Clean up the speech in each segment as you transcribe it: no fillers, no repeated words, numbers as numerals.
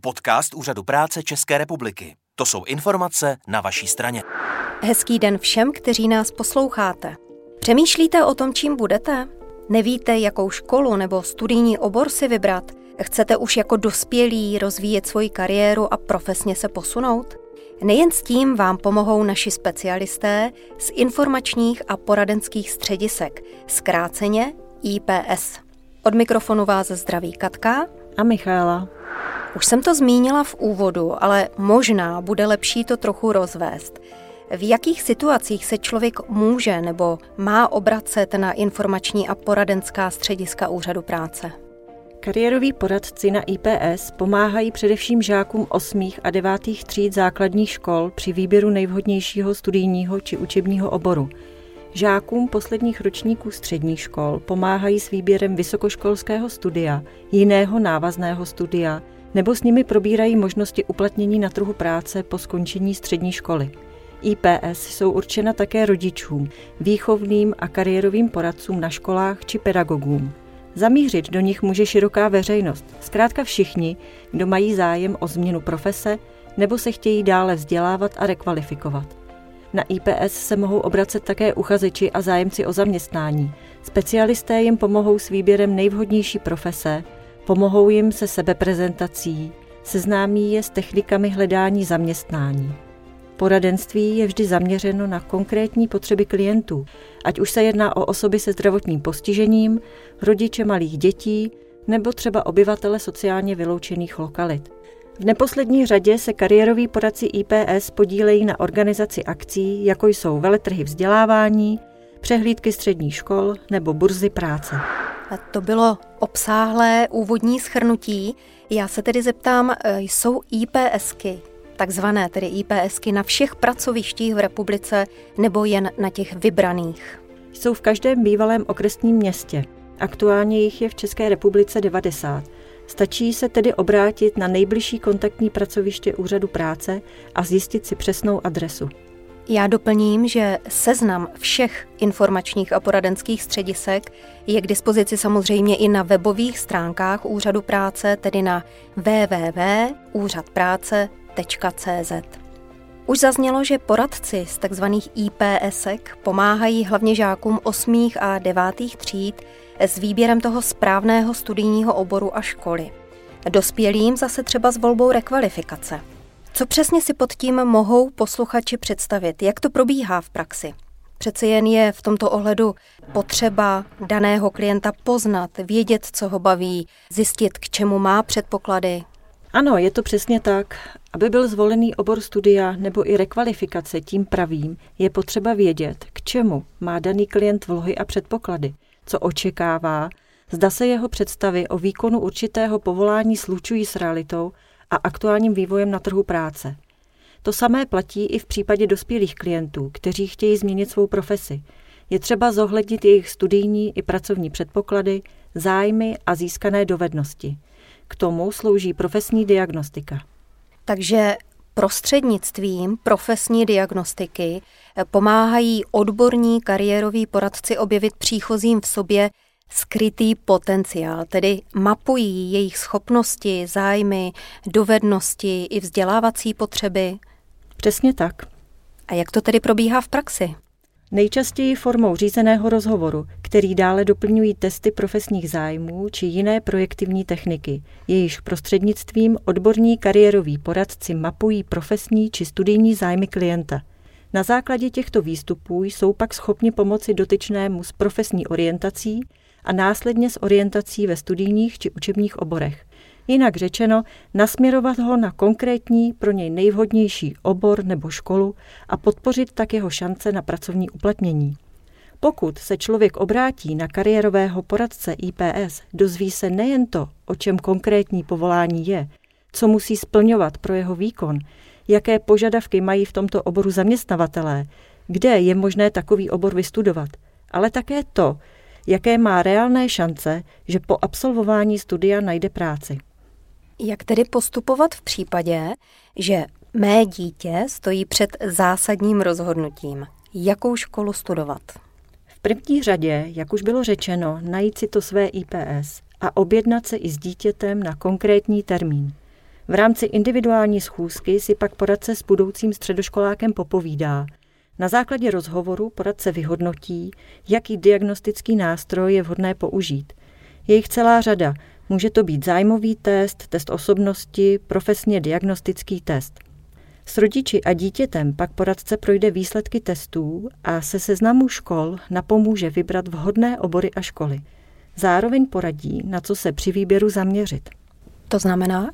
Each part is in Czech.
Podcast Úřadu práce České republiky. To jsou informace na vaší straně. Hezký den všem, kteří nás posloucháte. Přemýšlíte o tom, čím budete? Nevíte, jakou školu nebo studijní obor si vybrat? Chcete už jako dospělí rozvíjet svoji kariéru a profesně se posunout? Nejen s tím vám pomohou naši specialisté z informačních a poradenských středisek, zkráceně IPS. Od mikrofonu vás zdraví Katka a Michaela. Už jsem to zmínila v úvodu, ale možná bude lepší to trochu rozvést. V jakých situacích se člověk může nebo má obracet na informační a poradenská střediska Úřadu práce? Kariéroví poradci na IPS pomáhají především žákům 8. a 9. tříd základních škol při výběru nejvhodnějšího studijního či učebního oboru. Žákům posledních ročníků středních škol pomáhají s výběrem vysokoškolského studia, jiného návazného studia, nebo s nimi probírají možnosti uplatnění na trhu práce po skončení střední školy. IPS jsou určena také rodičům, výchovným a kariérovým poradcům na školách či pedagogům. Zamířit do nich může široká veřejnost, zkrátka všichni, kdo mají zájem o změnu profese nebo se chtějí dále vzdělávat a rekvalifikovat. Na IPS se mohou obracet také uchazeči a zájemci o zaměstnání. Specialisté jim pomohou s výběrem nejvhodnější profese, pomohou jim se sebeprezentací, seznámí je s technikami hledání zaměstnání. Poradenství je vždy zaměřeno na konkrétní potřeby klientů, ať už se jedná o osoby se zdravotním postižením, rodiče malých dětí nebo třeba obyvatele sociálně vyloučených lokalit. V neposlední řadě se kariéroví poradci IPS podílejí na organizaci akcí, jako jsou veletrhy vzdělávání, přehlídky středních škol nebo burzy práce. A to bylo obsáhlé úvodní shrnutí. Já se tedy zeptám, jsou IPSky, takzvané tedy IPSky, na všech pracovištích v republice nebo jen na těch vybraných? Jsou v každém bývalém okresním městě. Aktuálně jich je v České republice 90. Stačí se tedy obrátit na nejbližší kontaktní pracoviště Úřadu práce a zjistit si přesnou adresu. Já doplním, že seznam všech informačních a poradenských středisek je k dispozici samozřejmě i na webových stránkách Úřadu práce, tedy na www.úřadpráce.cz. Už zaznělo, že poradci z tzv. IPSek pomáhají hlavně žákům 8. a 9. tříd s výběrem toho správného studijního oboru a školy. Dospělým zase třeba s volbou rekvalifikace. Co přesně si pod tím mohou posluchači představit? Jak to probíhá v praxi? Přece jen je v tomto ohledu potřeba daného klienta poznat, vědět, co ho baví, zjistit, k čemu má předpoklady. Ano, je to přesně tak. Aby byl zvolený obor studia nebo i rekvalifikace tím pravým, je potřeba vědět, k čemu má daný klient vlohy a předpoklady, co očekává, zda se jeho představy o výkonu určitého povolání slučují s realitou a aktuálním vývojem na trhu práce. To samé platí i v případě dospělých klientů, kteří chtějí změnit svou profesi. Je třeba zohlednit jejich studijní i pracovní předpoklady, zájmy a získané dovednosti. K tomu slouží profesní diagnostika. Takže prostřednictvím profesní diagnostiky pomáhají odborní kariéroví poradci objevit příchozím v sobě skrytý potenciál, tedy mapují jejich schopnosti, zájmy, dovednosti i vzdělávací potřeby. Přesně tak. A jak to tedy probíhá v praxi? Nejčastěji formou řízeného rozhovoru, který dále doplňují testy profesních zájmů či jiné projektivní techniky. Jejichž prostřednictvím odborní kariéroví poradci mapují profesní či studijní zájmy klienta. Na základě těchto výstupů jsou pak schopni pomoci dotyčnému s profesní orientací a následně s orientací ve studijních či učebních oborech. Jinak řečeno, nasměrovat ho na konkrétní, pro něj nejvhodnější obor nebo školu a podpořit tak jeho šance na pracovní uplatnění. Pokud se člověk obrátí na kariérového poradce IPS, dozví se nejen to, o čem konkrétní povolání je, co musí splňovat pro jeho výkon, jaké požadavky mají v tomto oboru zaměstnavatelé, kde je možné takový obor vystudovat, ale také to, jaké má reálné šance, že po absolvování studia najde práci. Jak tedy postupovat v případě, že mé dítě stojí před zásadním rozhodnutím, jakou školu studovat? V první řadě, jak už bylo řečeno, najít si to své IPS a objednat se i s dítětem na konkrétní termín. V rámci individuální schůzky si pak poradce s budoucím středoškolákem popovídá. Na základě rozhovoru poradce vyhodnotí, jaký diagnostický nástroj je vhodné použít. Je jich celá řada. Může to být zájmový test, test osobnosti, profesně diagnostický test. S rodiči a dítětem pak poradce projde výsledky testů a se seznamu škol napomůže vybrat vhodné obory a školy. Zároveň poradí, na co se při výběru zaměřit. To znamená?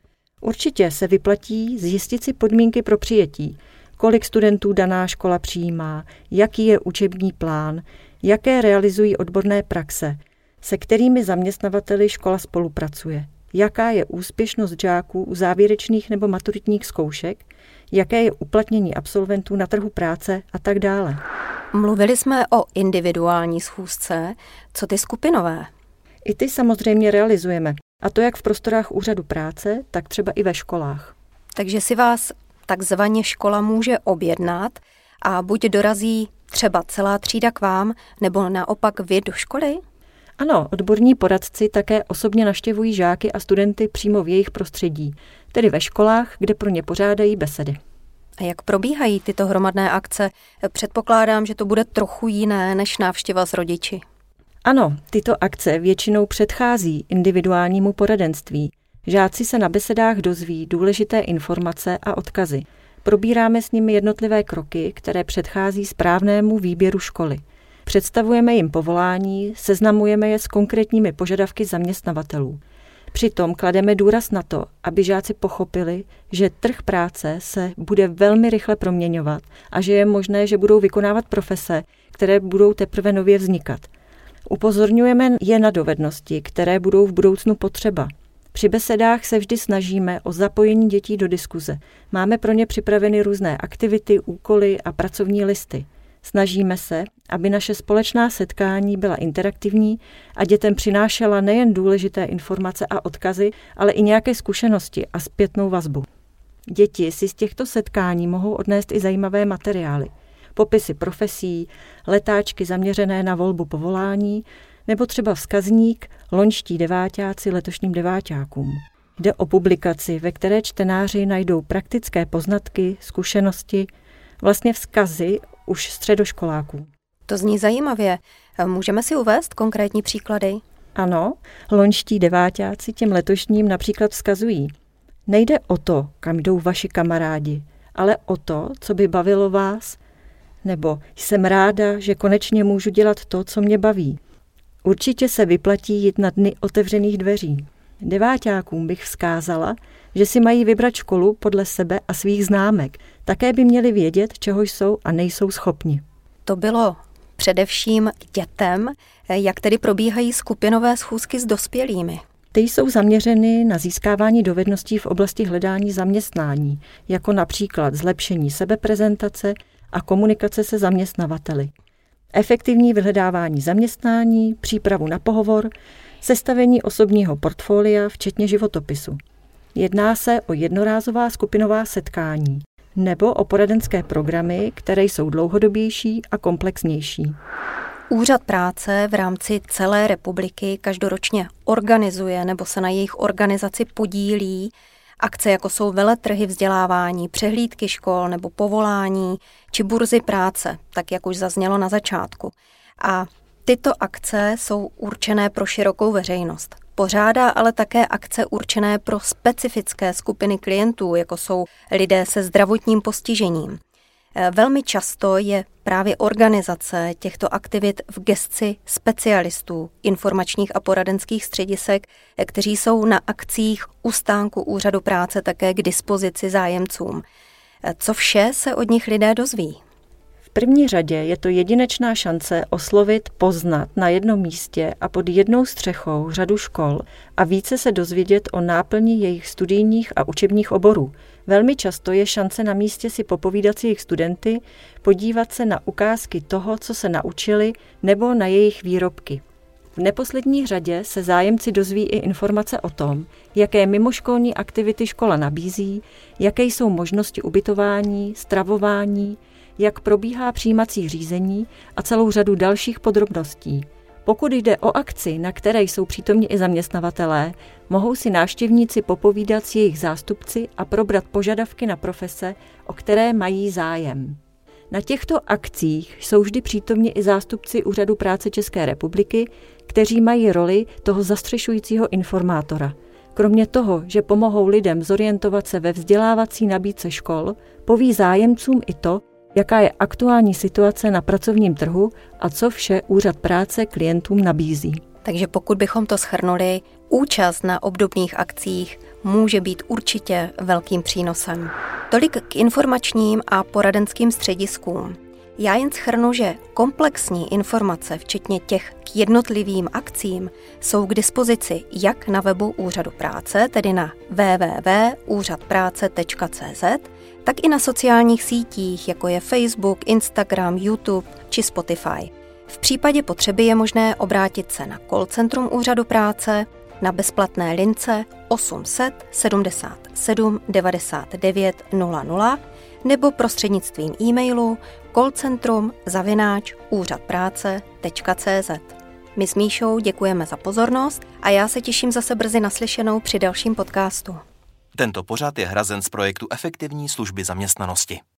Určitě se vyplatí zjistit si podmínky pro přijetí, kolik studentů daná škola přijímá, jaký je učební plán, jaké realizují odborné praxe, se kterými zaměstnavateli škola spolupracuje, jaká je úspěšnost žáků u závěrečných nebo maturitních zkoušek, jaké je uplatnění absolventů na trhu práce a tak dále. Mluvili jsme o individuální schůzce, co ty skupinové? I ty samozřejmě realizujeme, a to jak v prostorách úřadu práce, tak třeba i ve školách. Takže si vás takzvaně škola může objednat a buď dorazí třeba celá třída k vám, nebo naopak vy do školy? Ano, odborní poradci také osobně navštěvují žáky a studenty přímo v jejich prostředí, tedy ve školách, kde pro ně pořádají besedy. A jak probíhají tyto hromadné akce? Předpokládám, že to bude trochu jiné než návštěva s rodiči. Ano, tyto akce většinou předchází individuálnímu poradenství. Žáci se na besedách dozví důležité informace a odkazy. Probíráme s nimi jednotlivé kroky, které předchází správnému výběru školy. Představujeme jim povolání, seznamujeme je s konkrétními požadavky zaměstnavatelů. Přitom klademe důraz na to, aby žáci pochopili, že trh práce se bude velmi rychle proměňovat a že je možné, že budou vykonávat profese, které budou teprve nově vznikat. Upozorňujeme je na dovednosti, které budou v budoucnu potřeba. Při besedách se vždy snažíme o zapojení dětí do diskuze. Máme pro ně připraveny různé aktivity, úkoly a pracovní listy. Snažíme se, aby naše společná setkání byla interaktivní a dětem přinášela nejen důležité informace a odkazy, ale i nějaké zkušenosti a zpětnou vazbu. Děti si z těchto setkání mohou odnést i zajímavé materiály. Popisy profesí, letáčky zaměřené na volbu povolání, nebo třeba vzkazník Loňští deváťáci letošním deváťákům. Jde o publikaci, ve které čtenáři najdou praktické poznatky, zkušenosti, vlastně vzkazy už středoškoláků. To zní zajímavě. Můžeme si uvést konkrétní příklady? Ano, loňští deváťáci těm letošním například vzkazují. Nejde o to, kam jdou vaši kamarádi, ale o to, co by bavilo vás. Nebo jsem ráda, že konečně můžu dělat to, co mě baví. Určitě se vyplatí jít na dny otevřených dveří. Deváťákům bych vzkázala, že si mají vybrat školu podle sebe a svých známek. Také by měli vědět, čeho jsou a nejsou schopni. To bylo především dětem. Jak tedy probíhají skupinové schůzky s dospělými? Ty jsou zaměřeny na získávání dovedností v oblasti hledání zaměstnání, jako například zlepšení sebeprezentace a komunikace se zaměstnavateli. Efektivní vyhledávání zaměstnání, přípravu na pohovor, sestavení osobního portfolia, včetně životopisu. Jedná se o jednorázová skupinová setkání nebo o poradenské programy, které jsou dlouhodobější a komplexnější. Úřad práce v rámci celé republiky každoročně organizuje nebo se na jejich organizaci podílí akce, jako jsou veletrhy vzdělávání, přehlídky škol nebo povolání či burzy práce, tak jak už zaznělo na začátku. A tyto akce jsou určené pro širokou veřejnost. Pořádá ale také akce určené pro specifické skupiny klientů, jako jsou lidé se zdravotním postižením. Velmi často je právě organizace těchto aktivit v gesci specialistů informačních a poradenských středisek, kteří jsou na akcích u stánku úřadu práce také k dispozici zájemcům. Co vše se od nich lidé dozví? V první řadě je to jedinečná šance oslovit, poznat na jednom místě a pod jednou střechou řadu škol a více se dozvědět o náplni jejich studijních a učebních oborů. Velmi často je šance na místě si popovídat s jejich studenty, podívat se na ukázky toho, co se naučili, nebo na jejich výrobky. V neposlední řadě se zájemci dozví i informace o tom, jaké mimoškolní aktivity škola nabízí, jaké jsou možnosti ubytování, stravování, jak probíhá přijímací řízení a celou řadu dalších podrobností. Pokud jde o akci, na které jsou přítomni i zaměstnavatelé, mohou si návštěvníci popovídat s jejich zástupci a probrat požadavky na profese, o které mají zájem. Na těchto akcích jsou vždy přítomni i zástupci Úřadu práce České republiky, kteří mají roli toho zastřešujícího informátora. Kromě toho, že pomohou lidem zorientovat se ve vzdělávací nabídce škol, poví zájemcům i to, jaká je aktuální situace na pracovním trhu a co vše Úřad práce klientům nabízí. Takže pokud bychom to shrnuli, účast na obdobných akcích může být určitě velkým přínosem. Tolik k informačním a poradenským střediskům. Já jen shrnu, že komplexní informace, včetně těch k jednotlivým akcím, jsou k dispozici jak na webu Úřadu práce, tedy na www.úřadprace.cz, tak i na sociálních sítích, jako je Facebook, Instagram, YouTube či Spotify. V případě potřeby je možné obrátit se na call centrum Úřadu práce na bezplatné lince 800 77 99 00 nebo prostřednictvím e-mailu callcentrum@úřadprace.cz. My s Míšou děkujeme za pozornost a já se těším zase brzy naslyšenou při dalším podcastu. Tento pořad je hrazen z projektu Efektivní služby zaměstnanosti.